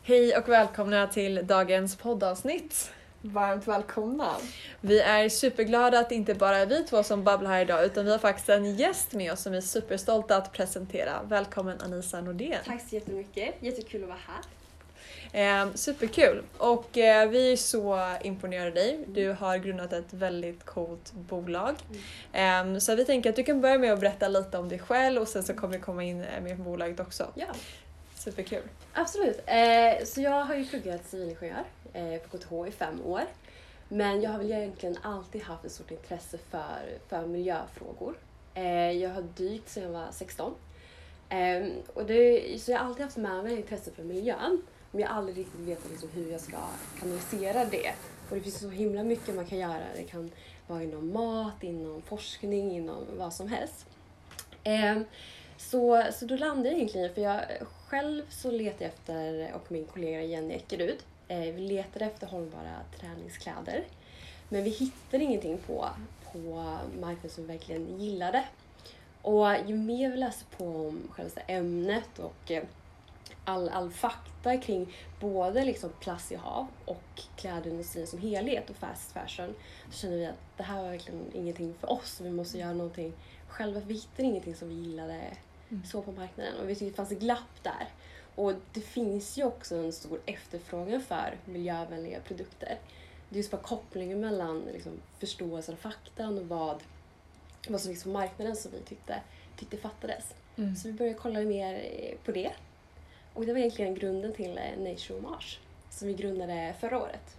Hej och välkomna till dagens poddavsnitt. Varmt välkomna. Vi är superglada att det inte bara är vi två som babblar här idag utan vi har faktiskt en gäst med oss som vi är superstolta att presentera. Välkommen Anisa Nordén. Tack så jättemycket. Jättekul att vara här. Superkul och vi är så imponerade av dig. Du har grundat ett väldigt coolt bolag. Så vi tänker att du kan börja med att berätta lite om dig själv och sen så kommer vi komma in med på bolaget också. Ja. Superkul. Absolut. Så jag har ju pluggat civilingenjör på KTH i 5 år. Men jag har väl egentligen alltid haft ett stort intresse för miljöfrågor. Jag har dykt sedan jag var 16. Så jag har alltid haft med mig intresse för miljön. Men jag har aldrig riktigt vetat liksom hur jag ska kanalisera det. Och det finns så himla mycket man kan göra. Det kan vara inom mat, inom forskning, inom vad som helst. Så då landade jag egentligen, för jag själv så letar jag efter, och min kollega Jenny Eckerud, vi letade efter hållbara träningskläder. Men vi hittade ingenting på marknaden som vi verkligen gillade. Och ju mer vi läste på om själva ämnet och all fakta kring både liksom plast i hav och klädindustrin som helhet och fast fashion, så kände vi att det här var verkligen ingenting för oss. Vi måste göra någonting själva. Vi hittade ingenting som vi gillade så på marknaden och vi tyckte det fanns ett glapp där. Och det finns ju också en stor efterfrågan för miljövänliga produkter. Det är just bara kopplingen mellan liksom förståelsen av faktan och vad som finns på marknaden som vi tyckte fattades. Så vi började kolla mer på det. Och det var egentligen grunden till Nature Homage som vi grundade förra året.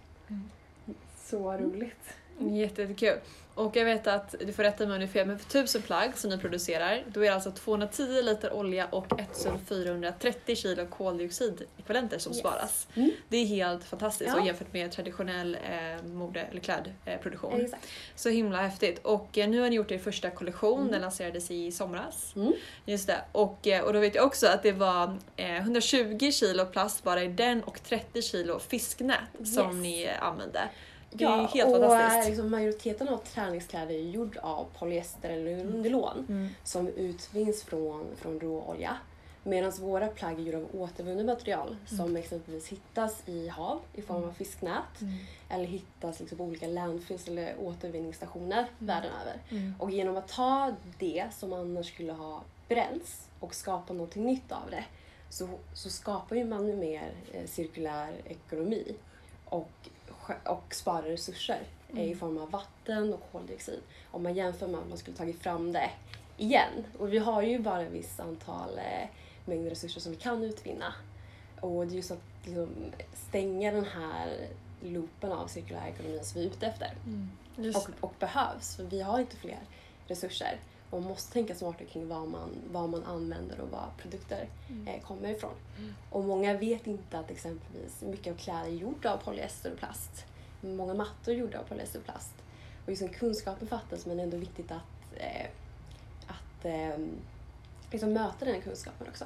Så roligt. Jättekul. Och jag vet att du får rätta mig om du är fel, men för 1000 plagg som ni producerar, då är det alltså 210 liter olja och 1430 kilo koldioxidekvivalenter som sparas. Det är helt fantastiskt och jämfört med traditionell mode- eller klädproduktion. Exakt. Så himla häftigt. Och nu har ni gjort er första kollektion, den lanserades i somras. Just det. Och då vet jag också att det var 120 kilo plast bara i den och 30 kilo fisknät som ni använde. Det är helt fantastiskt. Liksom majoriteten av träningskläder är gjord av polyester eller nylon som utvinns från råolja. Medan våra plagg är gjorda av återvunnet material som exempelvis hittas i hav i form av fisknät eller hittas liksom på olika landfills eller återvinningsstationer världen över. Och genom att ta det som annars skulle ha bränts och skapa någonting nytt av det så skapar ju man mer cirkulär ekonomi och sparar resurser i form av vatten och koldioxid. Om man jämför med att man skulle tagit fram det igen. Och vi har ju bara ett visst antal mängder resurser som vi kan utvinna. Och det är just att liksom, stänga den här loopen av cirkulär ekonomi som vi är ute efter. Och behövs, för vi har inte fler resurser. Och man måste tänka smartare kring vad man använder och var produkter kommer ifrån. Och många vet inte att exempelvis mycket av kläder är gjorda av polyester och plast. Många mattor är gjorda av polyester och plast. Och just kunskapen fattas, men det är ändå viktigt att liksom möta den kunskapen också.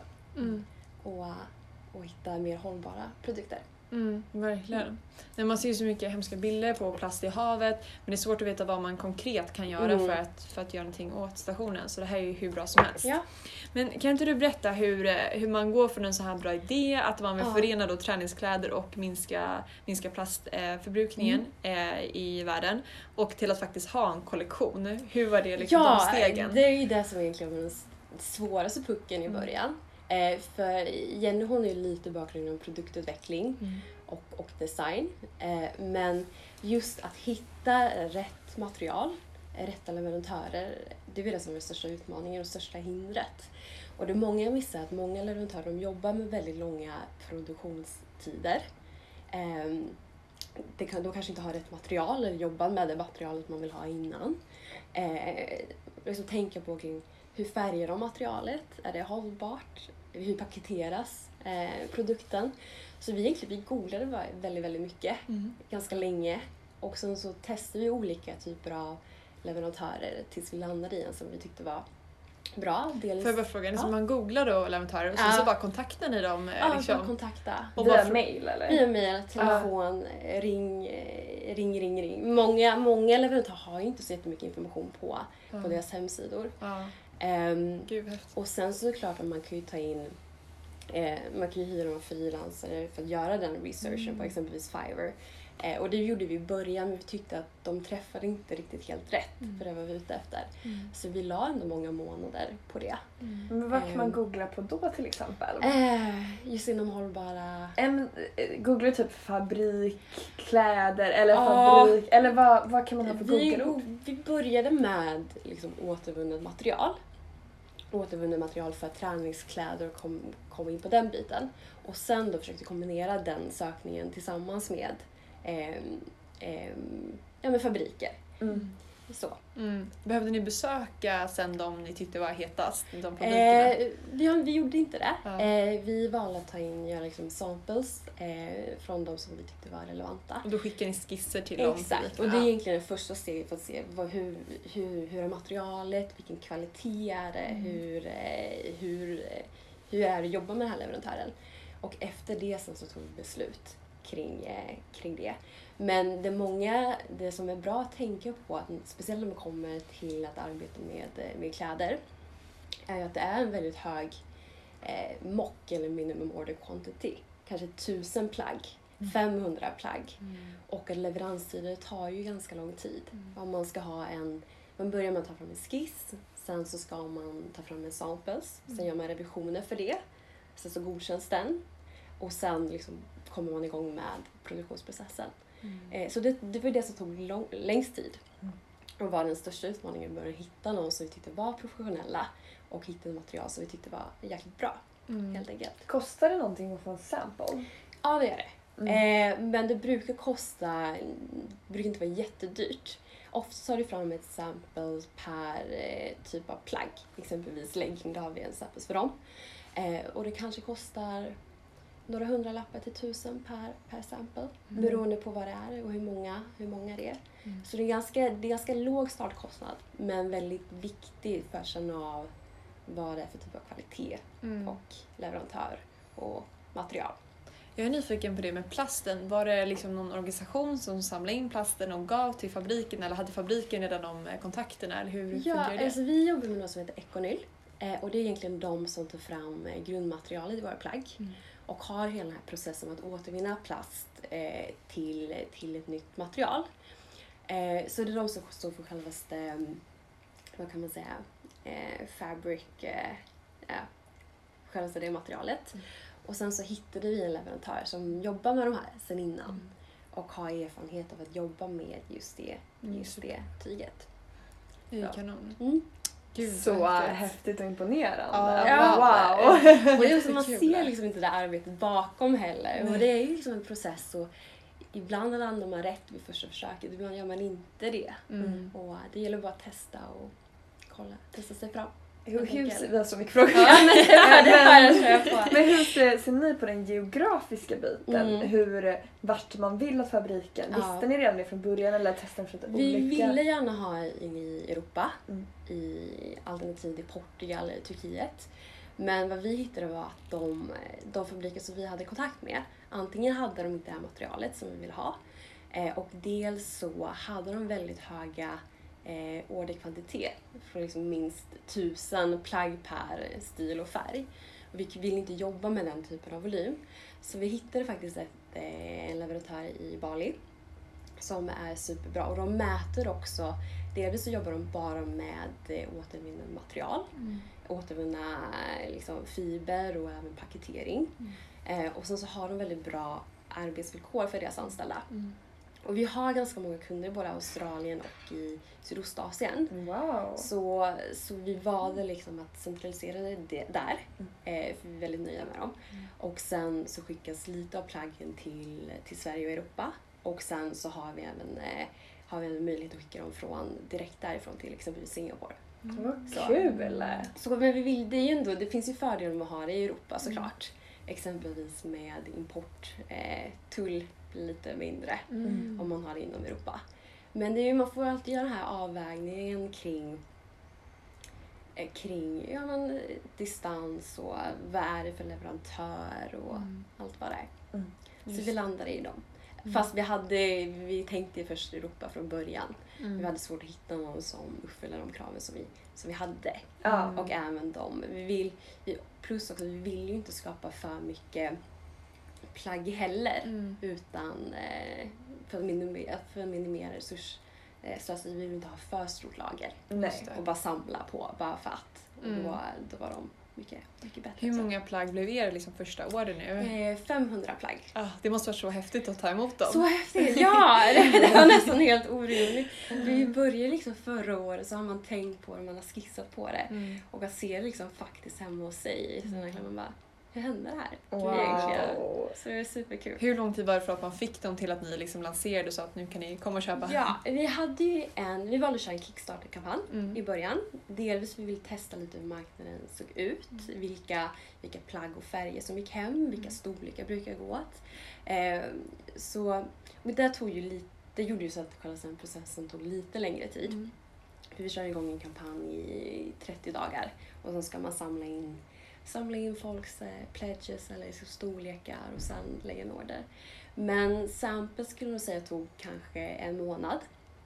Och hitta mer hållbara produkter. Verkligen. Man ser ju så mycket hemska bilder på plast i havet, men det är svårt att veta vad man konkret kan göra för att göra någonting åt stationen. Så det här är ju hur bra som helst. Ja. Men kan inte du berätta hur man går från en så här bra idé att man vill förena då träningskläder och minska plastförbrukningen i världen och till att faktiskt ha en kollektion? Hur var det liksom de stegen? Det är ju det som egentligen var den svåraste pucken i början. För Jenny, hon är ju lite bakgrund inom produktutveckling och design. Men just att hitta rätt material, rätta leverantörer, det är det som är den största utmaningen och största hindret. Och det många missar att många leverantörer jobbar med väldigt långa produktionstider. De kanske inte har rätt material eller jobbar med det materialet man vill ha innan. Liksom tänka på kring hur färgar de materialet? Är det hållbart? Hur paketeras produkten? Så vi googlade väldigt, väldigt mycket. Ganska länge. Och sen så testade vi olika typer av leverantörer tills vi landade i en som vi tyckte var bra. Får jag bara fråga, så man googlar då leverantörer och så bara kontaktar ni dem? Ja, liksom. Bara kontakta. Via mail eller? Via mail, telefon, ring. Många leverantörer har ju inte så jättemycket information på deras hemsidor. Gud, och sen så är det klart att man kan ju ta in Man kan ju hyra någon frilansare för att göra den researchen på exempelvis Fiverr. Och det gjorde vi i början, men vi tyckte att de träffade inte riktigt helt rätt för det var vi ute efter. Så vi la ändå många månader på det. Men vad kan man googla på då till exempel? Just inom hållbara... Googla typ fabrik, kläder eller fabrik, eller vad kan man ha för Google-ord? Vi började med liksom återvunnet material. Återvunnet material för träningskläder och kom in på den biten. Och sen då försökte kombinera den sökningen tillsammans med med fabriker. Så. Behövde ni besöka sen de ni tyckte var hetast? De fabrikerna? Vi gjorde inte det. Vi valde att göra liksom samples från de som vi tyckte var relevanta. Och då skickade ni skisser till dem? Exakt, och det är egentligen det första steget för att se hur är materialet, vilken kvalitet är det, hur är det att jobba med den här leverantören. Och efter det sen så tog vi beslut kring det. Men det som är bra att tänka på, att speciellt när man kommer till att arbeta med kläder, är att det är en väldigt hög mock eller minimum order quantity. Kanske 1000 plagg, 500 plagg. Och att leveranstider tar ju ganska lång tid. Om man ska ha man börjar med att ta fram en skiss, sen så ska man ta fram en samples, sen gör man revisioner för det, sen så godkänns den. Och sen liksom kommer man igång med produktionsprocessen. Så det var det som tog längst tid. Och var den största utmaningen att börja hitta någon som vi tyckte var professionella och hitta ett material som vi tyckte var jäkligt bra. Helt enkelt. Kostar det någonting att få en sample? Ja, det gör det. Men det brukar inte vara jättedyrt. Ofta tar du fram ett sample per typ av plagg. Exempelvis legging, då har vi en sample för dem. Och det kanske kostar några hundralappar till 1000 per sample. Beroende på vad det är och hur många det är. Så det är ganska låg startkostnad. Men väldigt viktigt för att känna av vad det är för typ av kvalitet och leverantör och material. Jag är nyfiken på det med plasten. Var det liksom någon organisation som samlade in plasten och gav till fabriken? Eller hade fabriken redan de kontakterna? Eller hur fungerar det? Alltså vi jobbar med något som heter Econyl. Och det är egentligen de som tar fram grundmaterialet i våra plagg. Och har hela den här processen att återvinna plast till ett nytt material. Så det är de som står för självaste, vad kan man säga, fabric, självaste det materialet. Och sen så hittade vi en leverantör som jobbar med de här sen innan. Och har erfarenhet av att jobba med just det tyget. Det är kanon. Gud, så häftigt och imponerande. Ja, wow! Och det är också, man ser liksom inte det arbetet bakom heller. Och det är ju liksom en process. Och ibland landar man rätt vid första försöket. Ibland gör man inte det. Och det gäller bara att testa och testa sig fram. Vi har så mycket frågor. Men hur ser ni på den geografiska biten? Vart man vill att fabriken? Visste ni redan det från början eller testade ni olika? Vi ville gärna ha in i Europa. I alternativ i Portugal eller Turkiet. Men vad vi hittade var att de fabriker som vi hade kontakt med, antingen hade de inte det här materialet som vi ville ha. Och dels så hade de väldigt höga orderkvantitet från liksom minst 1000 plagg per stil och färg. Och vi vill inte jobba med den typen av volym. Så vi hittade faktiskt en leverantör i Bali som är superbra. Och de mäter också, delvis så jobbar de bara med återvunna material. Återvunna liksom, fiber och även paketering. Och sen så har de väldigt bra arbetsvillkor för deras anställda. Och vi har ganska många kunder både i Australien och i Sydostasien. Wow. Så vi valde liksom att centralisera det där. För vi är väldigt nöjda med dem. Och sen så skickas lite av plaggen till Sverige och Europa. Och sen så har vi även möjlighet att skicka dem direkt därifrån till exempelvis Singapore. Vad kul! Så men vi vill, det finns ju fördelar med att ha det i Europa såklart. Exempelvis med tull lite mindre om man har det inom Europa. Men man får alltid göra den här avvägningen kring distans och vad är det för leverantör och allt vad det är. Så vi landar i dem. Fast vi tänkte först Europa från början. Vi hade svårt att hitta någon som uppfyller de kraven som vi hade. Och även de. Plus också, vi vill ju inte skapa för mycket plagg heller. Utan för att minimera resursslöseri. Vi vill inte ha för stort lager. Och bara samla på, bara för att. Och då var de mycket bättre. Hur många plagg blev er liksom första order nu? 500 plagg. Det måste vara så häftigt att ta emot dem. Så häftigt, ja! Det var nästan helt orimligt. Vi började liksom förra året, så har man tänkt på det, man har skissat på det. Och att se det liksom faktiskt hemma hos sig. Så man bara, hur hände det här? Wow. Så det är superkul. Hur lång tid var det för att man fick dem till att ni liksom lanserade så att nu kan ni komma och köpa? Ja, vi valde att köra en Kickstarter-kampanj i början. Delvis vi ville testa lite hur marknaden såg ut. Vilka plagg och färger som gick hem. Vilka storlekar brukar gå åt. Men det gjorde ju så att själva den processen tog lite längre tid. För vi kör igång en kampanj i 30 dagar. Och sen ska man samla in folks pledges eller storlekar och sen lägga en order. Men samples skulle jag säga tog kanske en månad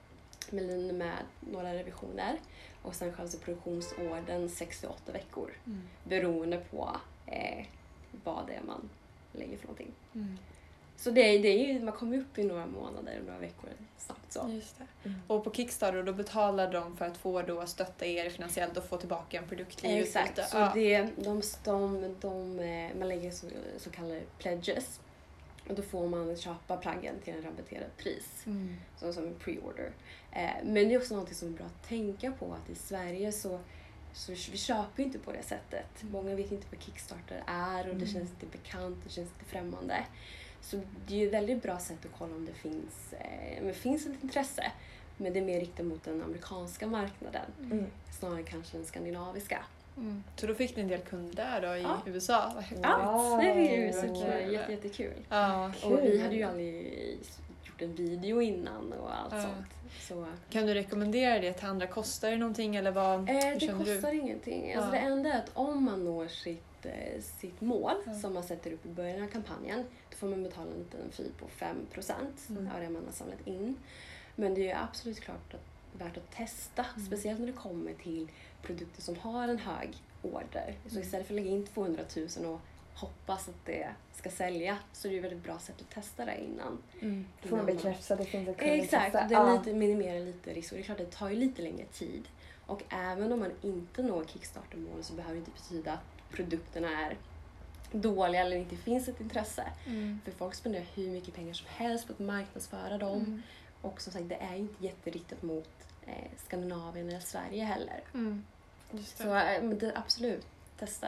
med några revisioner. Och sen själva produktionsordern 68 veckor. Beroende på vad det är man lägger för någonting. Så det är ju, man kommer upp i några månader och några veckor snabbt så. Just det. Och på Kickstarter då betalar de för att få då stötta er finansiellt och få tillbaka en produkt i Exakt, utbyte. så man lägger så kallade pledges. Och då får man köpa plaggen till en rabatterad pris. Som en pre-order. Men det är också något som är bra att tänka på att i Sverige så vi köper ju inte på det sättet. Många vet inte vad Kickstarter är och det känns inte bekant, det känns inte främmande. Så det är ju ett väldigt bra sätt att kolla om det finns ett intresse. Men det är mer riktat mot den amerikanska marknaden. Snarare kanske den skandinaviska. Så då fick ni en del kunder då i USA? Vad häftigt. Ja, det är ju jättekul. Och vi hade ju aldrig gjort en video innan och allt sånt. Så. Kan du rekommendera det till andra? Kostar det någonting eller vad? Det kostar ingenting. Alltså det enda är att om man når sitt mål som man sätter upp i början av kampanjen, då får man betala en liten fee på 5% av det man har samlat in. Men det är ju absolut klart värt att testa, speciellt när det kommer till produkter som har en hög order. Så istället för att lägga in 200 000 och hoppas att det ska sälja, så är det ju ett väldigt bra sätt att testa det innan. Får man bekräfta att det finns ett kundintresse. Exakt, det minimerar lite risk och det är klart att det tar ju lite längre tid. Och även om man inte når Kickstarter-mål så behöver det inte betyda att produkterna är dåliga eller inte finns ett intresse. För folk spenderar hur mycket pengar som helst på att marknadsföra dem. Och som sagt, det är inte jätteriktat mot Skandinavien eller Sverige heller. Just det. Så det, absolut, testa.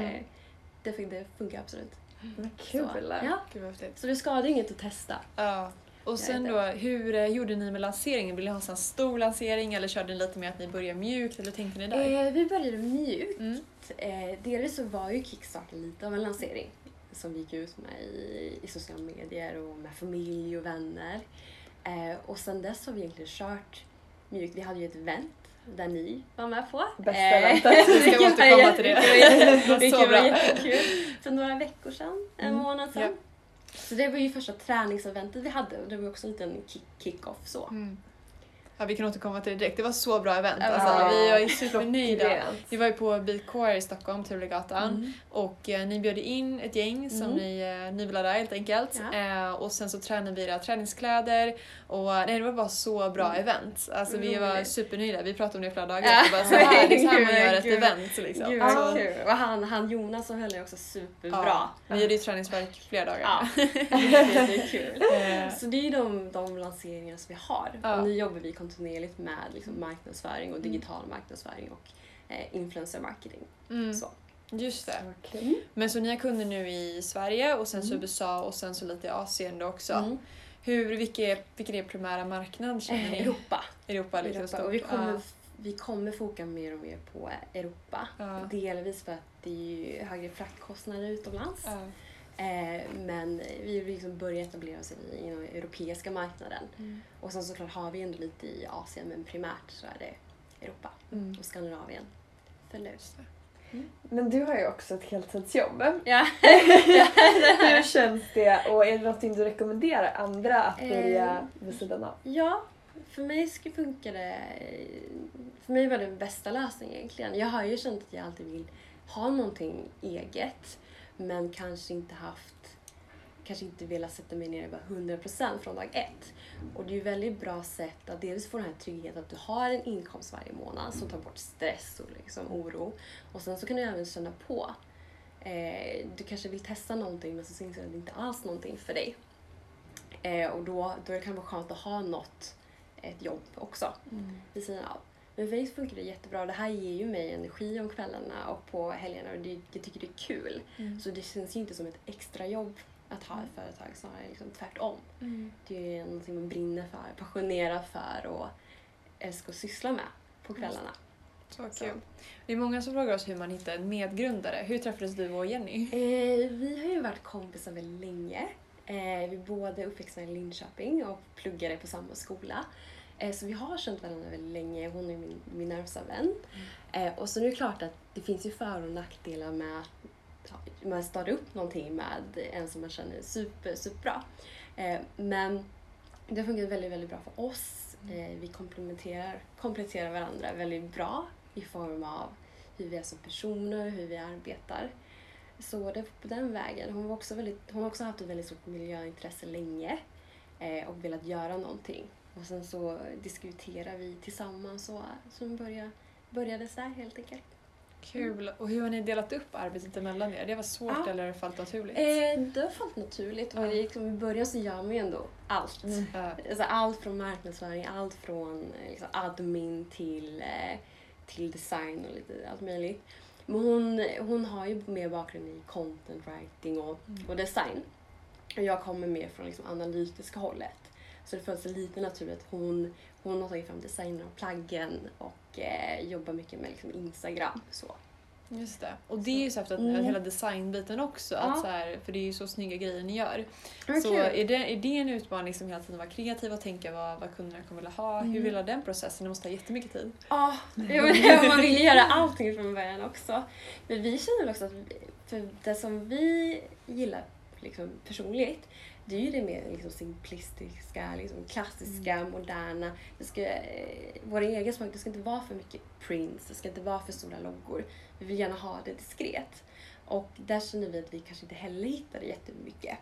Det funkar absolut. Kul! Så det skadar inget att testa. Ja. Och sen då, hur gjorde ni med lanseringen? Vill ni ha en sån stor lansering eller körde ni lite med att ni började mjukt eller tänkte ni där? Vi började mjukt. Delvis så var ju Kickstarter lite av en lansering som vi gick ut med i sociala medier och med familj och vänner. Och sen dess har vi egentligen kört mjukt. Vi hade ju ett event där ni var med på. Bästa eventet. Vi ska återkomma till det. Det var jättekul. För några veckor sedan, en månad sedan. Så det var ju första träningseventet vi hade och det var också en liten kick-off så. Ja, vi kan återkomma till det direkt. Det var så bra event. Alltså, vi är supernöjda. Vi var ju på Beatcore i Stockholm, Turegatan. Och ni bjöd in ett gäng som ni ville ha där helt enkelt. Och sen så tränade vi era träningskläder. Och det var bara så bra event. Alltså vi var supernöjda. Vi pratade om det i flera dagar. Bara, så här, det är så här man gör ett event. Liksom. Gud, så kul. Och han Jonas höll ju också superbra. Vi gjorde ju träningsverk flera dagar. Det är kul. Så det är ju de lanseringar som vi har. Och nu jobbar vi kontinuerligt med liksom marknadsföring och digital marknadsföring och influencer marketing. Så. Just det. Men så ni har kunder nu i Sverige och sen så USA och sen så lite i Asien då också. Vilken är primära marknad känner ni? Europa liksom stort. Och vi kommer foka mer och mer på Europa. Delvis för att det är ju högre fraktkostnader utomlands. Men vi vill liksom börja etablera oss i den europeiska marknaden. Och sen såklart har vi ändå lite i Asien, men primärt så är det Europa och Skandinavien. Men du har ju också ett heltidsjobb. Ja. Hur känns det? Och är det någonting du rekommenderar andra att börja vid sidan av? Ja, för mig funkar det. För mig var det den bästa lösningen egentligen. Jag har ju känt att jag alltid vill ha någonting eget. Men kanske inte velat sätta mig ner bara 100% från dag ett. Och det är ju väldigt bra sätt att dels få den här tryggheten att du har en inkomst varje månad som tar bort stress och liksom oro. Och sen så kan du även känna på. Du kanske vill testa någonting men så syns det att det inte alls någonting för dig. Och då kan det vara skönt att ha ett jobb också vid sidan av. Men för mig funkar det jättebra. Det här ger ju mig energi om kvällarna och på helgerna och jag tycker det är kul. Så det känns ju inte som ett extra jobb att ha ett företag, snarare liksom tvärtom. Det är någonting man brinner för, passionerar för och älskar att syssla med på kvällarna. Så kul. Det är många som frågar oss hur man hittar en medgrundare. Hur träffades du och Jenny? Vi har ju varit kompisar väldigt länge. Vi båda är uppväxta i Linköping och pluggade på samma skola. Så vi har känt varandra väldigt länge. Hon är min närmsta vän. Och så är det klart att det finns ju för- och nackdelar med att man startar upp någonting med en som man känner superbra. Men det har fungerat väldigt, väldigt bra för oss. Vi kompletterar varandra väldigt bra i form av hur vi är som personer, hur vi arbetar. Så det är på den vägen. Hon har också haft ett väldigt stort miljöintresse länge och velat göra någonting. Och sen så diskuterar vi tillsammans och så började så här helt enkelt. Kul. Och hur har ni delat upp arbetet emellan er? Det var svårt eller har det fallit naturligt? Det har fallit naturligt. Och liksom, i början så gör man ju ändå allt. Alltså, allt från marknadsföring, allt från liksom, admin till design och lite allt möjligt. Men hon har ju mer bakgrund i content writing och design. Och jag kommer mer från liksom, analytiska hållet. Så det följs lite naturligt. Hon har tagit fram designen av plaggen och jobbar mycket med liksom, Instagram. Så. Just det. Och det är ju så att hela designbiten också. Att så här, för det är ju så snygga grejer ni gör. Okay. Så är det en utmaning som hela tiden att vara kreativ och tänka vad kunderna kommer vilja ha? Hur vill ha den processen? Det måste ha jättemycket tid. Ja, man vill göra allting från början också. Men vi känner också att för det som vi gillar liksom, personligt, det är ju det mer liksom, simplistiska, liksom, klassiska, moderna. Vår egen smak, det ska inte vara för mycket prints, det ska inte vara för stora loggor. Vi vill gärna ha det diskret. Och där känner vi att vi kanske inte heller hittade jättemycket.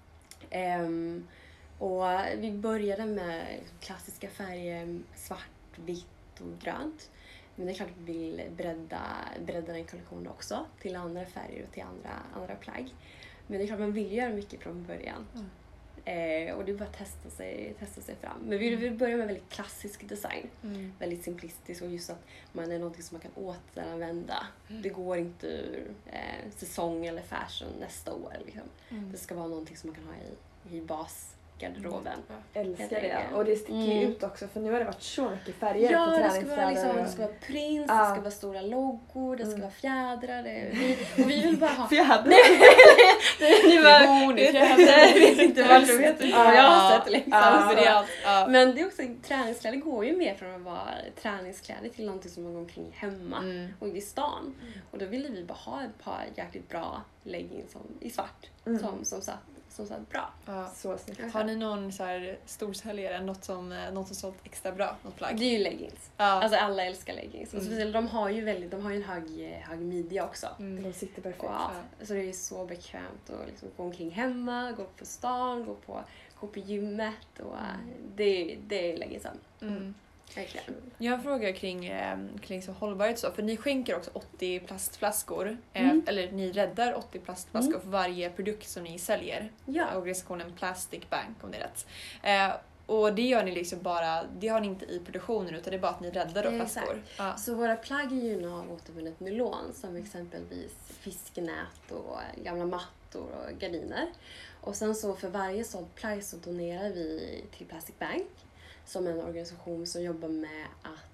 Och vi började med liksom, klassiska färger, svart, vitt och grönt. Men det är klart att vi vill bredda den kollektionen också till andra färger och till andra plagg. Men det är klart man vill göra mycket från början. Och det är bara att testa sig fram. Men vi vill börja med väldigt klassisk design. Väldigt simplistisk och just att man är någonting som man kan återanvända. Det går inte ur säsong eller fashion nästa år. Liksom. Det ska vara någonting som man kan ha i basgarderoben. Älskar det. Och det sticker ut också för nu har det varit så mycket färger på träningskläder. Det ska vara prins, det ska vara stora loggor, det ska vara fjädrar. Vi vill bara ha... Fjädrar? Jag vet inte vad du vet. Jag har sett liksom. Men det är också, träningskläder går ju mer från att vara träningskläder till någonting som man går omkring hemma och i stan. Och då ville vi bara ha ett par jäkligt bra leggings i svart som satt bra. Ja. Så snyggt. Har ni någon så här storsäljare, något som sålt extra bra, något plagg? Det är ju leggings. Ja. Alltså alla älskar leggings. Och speciellt de har ju en hög midja också. De sitter perfekt. Ja. Så det är så bekvämt att liksom gå omkring hemma, gå på stan, gå på gymmet och det är leggingsen. Verkligen. Jag har en fråga kring så hållbarhet så, för ni skänker också 80 plastflaskor eller ni räddar 80 plastflaskor för varje produkt som ni säljer. Ja. Organisationen Plastic Bank om det är rätt. Och det gör ni liksom bara, det har ni inte i produktionen utan det är bara att ni räddar då flaskor. Ja. Så våra plagg är ju av återvunnet nylon som exempelvis fisknät och gamla mattor och gardiner. Och sen så för varje sånt plagg så donerar vi till Plastic Bank. Som en organisation som jobbar med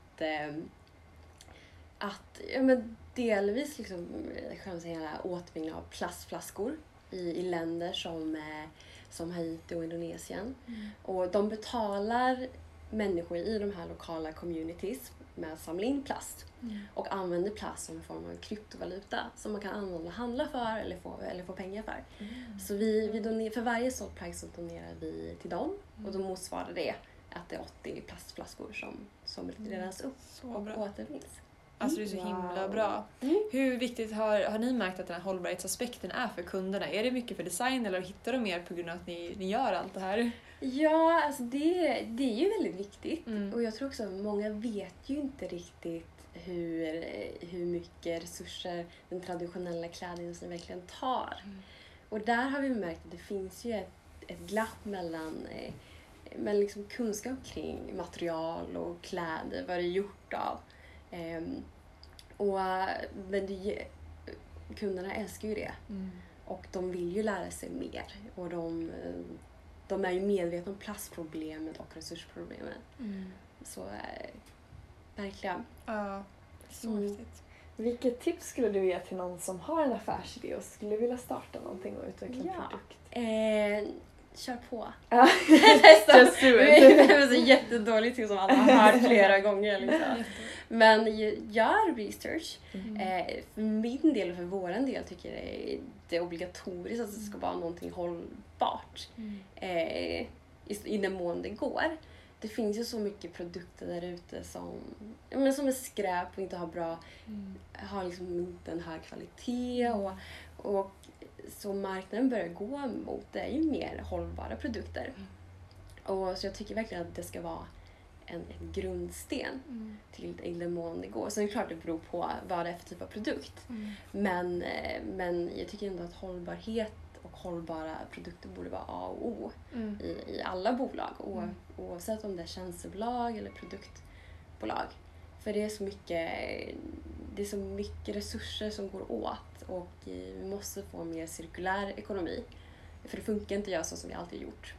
att delvis liksom, återvinna av plastflaskor i länder som Haiti och Indonesien. Och de betalar människor i de här lokala communities med att samla in plast. Och använder plast som en form av kryptovaluta som man kan använda och handla för eller få pengar för. Så vi för varje sålt plagg så donerar vi till dem. Och då motsvarar det att det är 80 plastflaskor som redas upp och återvinns. Alltså det är så himla bra. Hur viktigt har ni märkt att den här hållbarhetsaspekten är för kunderna? Är det mycket för design eller hittar de mer på grund av att ni gör allt det här? Ja, alltså det är ju väldigt viktigt. Och jag tror också att många vet ju inte riktigt hur mycket resurser den traditionella klädindustrin verkligen tar. Och där har vi märkt att det finns ju ett glapp mellan liksom kunskap kring material och kläder, vad det är gjort av. Men kunderna älskar ju det. Och de vill ju lära sig mer. Och de är ju medvetna om plastproblemet och resursproblemet. Så verkligen. Ja, så häftigt. Vilket tips skulle du ge till någon som har en affärsidé och skulle vilja starta någonting och utveckla en produkt? Kör på. Just do it. Det är så jättedåligt tips som alla har hört flera gånger. Liksom. Men gör research. För min del och för våran del tycker jag det är obligatoriskt att det ska vara någonting hållbart. I den mån det går. Det finns ju så mycket produkter där ute som är skräp och inte har liksom inte en hög kvalitet och så marknaden börjar gå mot det är ju mer hållbara produkter. Och så jag tycker verkligen att det ska vara en grundsten till den mån det går. Så det är klart det beror på vad det är för typ av produkt. Men jag tycker ändå att hållbarhet och hållbara produkter borde vara A och O i alla bolag. Oavsett om det är tjänstebolag eller produktbolag. För det är så mycket resurser som går åt och vi måste få mer cirkulär ekonomi. För det funkar inte att göra så som vi alltid gjort.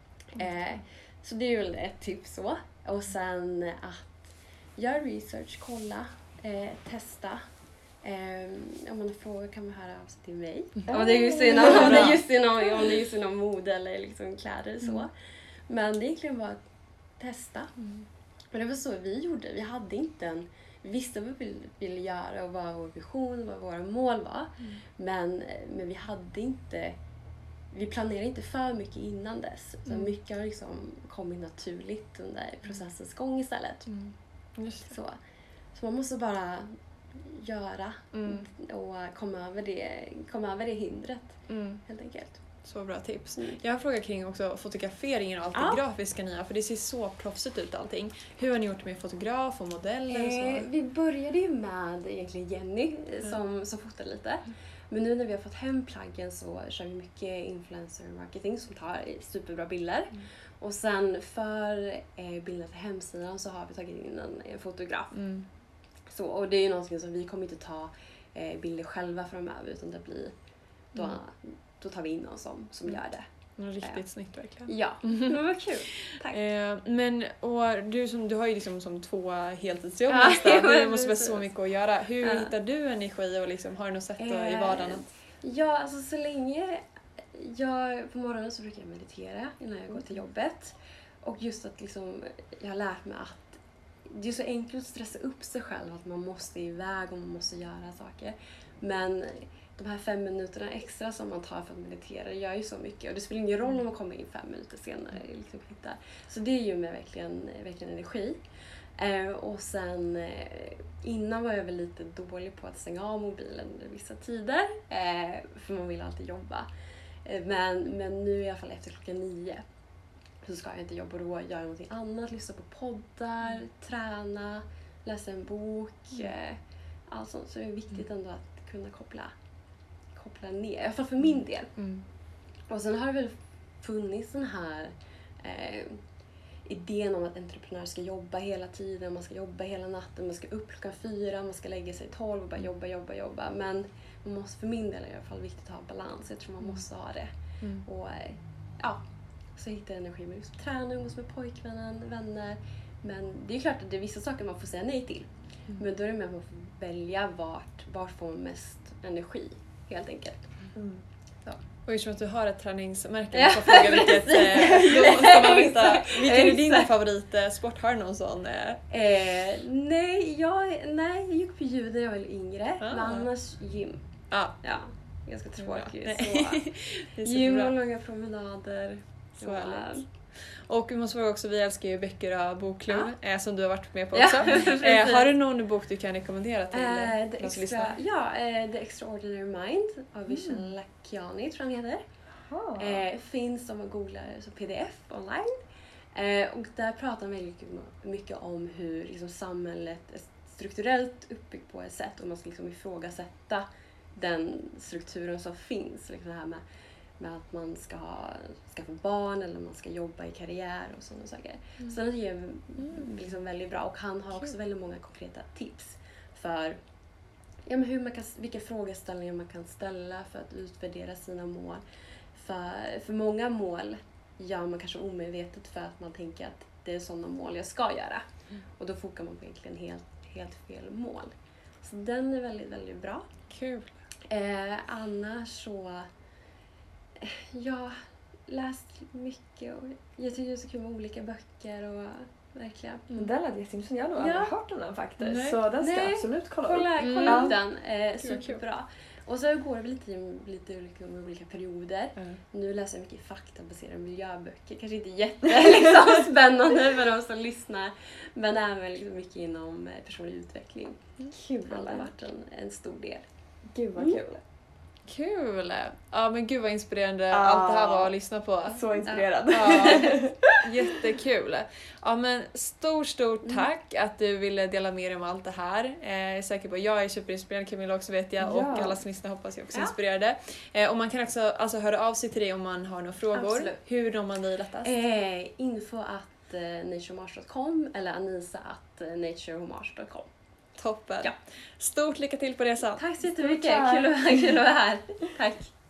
Så det är väl ett tips så. Och sen att göra research, kolla, testa. Om man har frågor kan man höra av sig till mig. Om det är just inom mode eller liksom kläder så. Men det är egentligen bara att testa. Och det var så vi gjorde. Vi hade inte vi visste vad vi ville göra och vad vår vision, vad våra mål var. Men vi hade inte... Vi planerade inte för mycket innan dess. Så mycket har liksom kommit naturligt under processens gång istället. Just det. Så man måste bara göra och komma över det hindret helt enkelt. Så bra tips. Jag har frågat kring också fotograferingen och allt det grafiska ni har, för det ser så proffsigt ut allting. Hur har ni gjort med fotograf och modeller och så? Vi började ju med egentligen Jenny som fotade lite. Men nu när vi har fått hem plaggen så kör vi mycket influencer marketing som tar superbra bilder. Och sen för bilder till hemsidan så har vi tagit in en fotograf. Så, och det är ju någonting som vi kommer inte ta bilder själva framöver utan det blir då tar vi in någon som gör det. Riktigt snyggt verkligen. Ja, det var kul. Tack. Men och du har ju liksom som 2 heltidsjobb nästan. Det måste vara så mycket att göra. Hur hittar du energi och liksom, har du något sätt i vardagen? Ja, alltså så länge på morgonen så brukar jag meditera innan jag går till jobbet. Och just att liksom, jag har lärt mig att det är så enkelt att stressa upp sig själv att man måste iväg och man måste göra saker. Men de här 5 minuterna extra som man tar för att meditera gör ju så mycket. Och det spelar ingen roll om man kommer in 5 minuter senare. Liksom kvittar. Så det ger mig verkligen energi. Och sen innan var jag väl lite dålig på att stänga av mobilen under vissa tider. För man vill alltid jobba. Men nu i alla fall efter 9:00 så ska jag inte jobba och då göra någonting annat. Lyssna på poddar, träna, läsa en bok. Allt sånt. Så det är viktigt ändå att kunna koppla ner. I alla fall för min del. Och sen har det väl funnits den här idén om att entreprenörer ska jobba hela tiden. Man ska jobba hela natten. Man ska upp 4:00. Man ska lägga sig 12 och bara jobba. Men man måste, för min del är det i alla fall viktigt att ha balans. Jag tror man måste ha det. Och så hittar jag energi med just träning, umgås med pojkvännen, vänner. Men det är klart att det är vissa saker man får säga nej till. Men då är det med att man får välja vart får man mest energi. Helt enkelt. Och eftersom att du har ett träningsmärke, jag får fråga vilket, då måste man veta, vilken är din favoritsport? Har du någon sån? Nej, jag gick på judo när jag var yngre, men annars gym. Ja, ganska tråkigt. Så. Gym och långa promenader. Så härligt. Och vi måste fråga också, vi älskar ju böcker och bokklubb som du har varit med på också. Har du någon bok du kan rekommendera till de som lyssnar? The Extraordinary Mind av Vishen Lakhiani, tror jag han heter. Finns som man googlar som pdf online. Och där pratar man väldigt mycket om hur liksom, samhället är strukturellt uppbyggt på ett sätt och man ska liksom ifrågasätta den strukturen som finns. Liksom det här med att man ska skaffa barn eller man ska jobba i karriär och sådana saker. Så den är liksom väldigt bra och han har också väldigt många konkreta tips för vilka frågeställningar man kan ställa för att utvärdera sina mål. För många mål gör man kanske omedvetet för att man tänker att det är sådana mål jag ska göra. Och då fokar man på egentligen helt fel mål. Så den är väldigt, väldigt bra. Kul. Annars så... Jag har läst mycket och jag tycker det är så kul med olika böcker och verkligen. Men den lät jätteintressant. Jag har nog aldrig hört om den faktiskt. Nej. Så den ska jag absolut kolla upp den. Superbra. Och så går det väl lite olika perioder. Nu läser jag mycket faktabaserade miljöböcker. Kanske inte jättespännande för de som lyssnar. Men även liksom mycket inom personlig utveckling. Kul. Det har varit en stor del. Gud vad kul. Kul! Ja men gud vad inspirerande allt det här var att lyssna på. Så inspirerad. Jättekul. Ja men stort tack att du ville dela med dig om allt det här. Jag är säker på att jag är superinspirerad, Camilla också vet jag. Och alla som lyssnar hoppas jag också är inspirerade. Och man kan också höra av sig till dig om man har några frågor. Absolut. Hur når man dig lättast? info@naturehomage.com eller anisa@naturehomage.com. Toppen. Ja. Stort lycka till på resan. Tack så jättemycket. Kul att vara här. Tack.